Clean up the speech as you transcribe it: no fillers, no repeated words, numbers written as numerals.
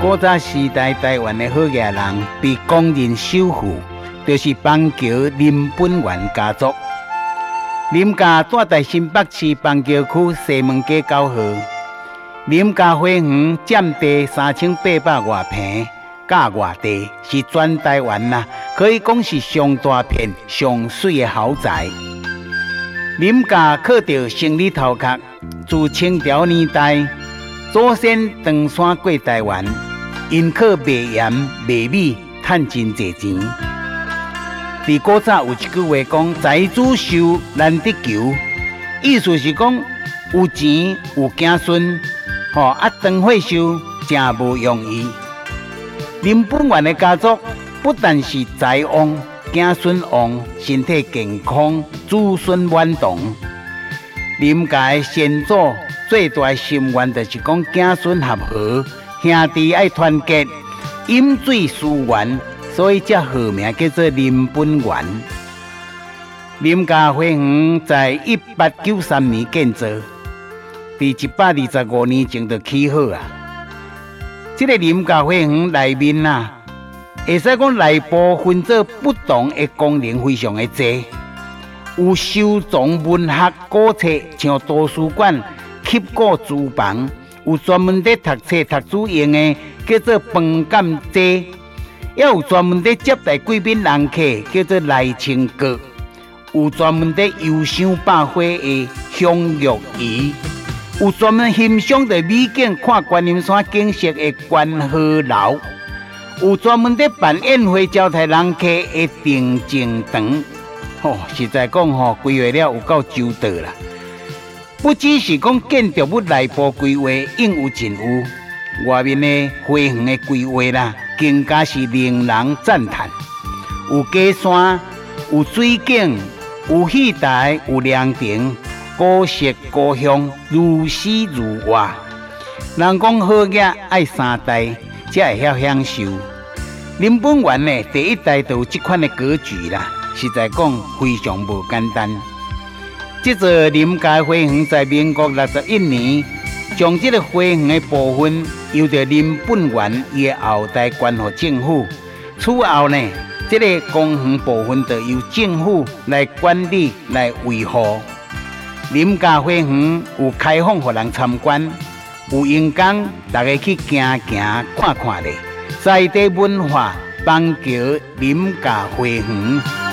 古早时代台湾的好野人被公认首富，就是邦桥林本源家族。林家住在新北市邦桥区西门街9号。林家花园占地3800外平，价外地是全台湾可以讲是上大片、上水的豪宅。林家靠着城里头壳，自清朝年代，祖先登山过台湾，因靠卖盐卖米赚真济钱。伫古早有一句话讲：财主受难得求，意思是讲有钱有子孙，长岁寿真无容易。林本源的家族不但是财旺、子孙旺、身体健康、子孙满堂。林家的先祖最大的心愿就是讲子孙和和，兄弟爱团结，饮水思源。所以这号名叫做林本源。林家花园在1893年建造，伫125年前就起好啊。这个林家花园内面会使讲内部分做不同的功能，非常的多，有收藏文学古册，像图书馆、刻古书房，有专门在读册读书用的，叫做饭监座。也有专门在接待贵宾人客，叫做内清阁；有专门在游赏百花的香玉仪；有专门欣赏着美景、看观音山景色的观河楼；有专门在办宴会、招待人客的定情堂。实在讲规划了有够周到啦！不只是讲建筑物内部规划应有尽有，外面的花园的规划更加是令人赞叹。有假山，有水景，有戏台，有凉亭，古色古香，如诗如画。人讲好嘢爱3代，才会晓享受。林本源第一代就有这款的格局啦，实在讲非常无简单。这座林家花园在民国61年。将这个花园的部分由着林本源伊的后代捐给政府，此后这个公园部分就由政府来管理来维护。林家花园有开放给人参观，有空间大家去行行看看咧，在地文化邦桥林家花园。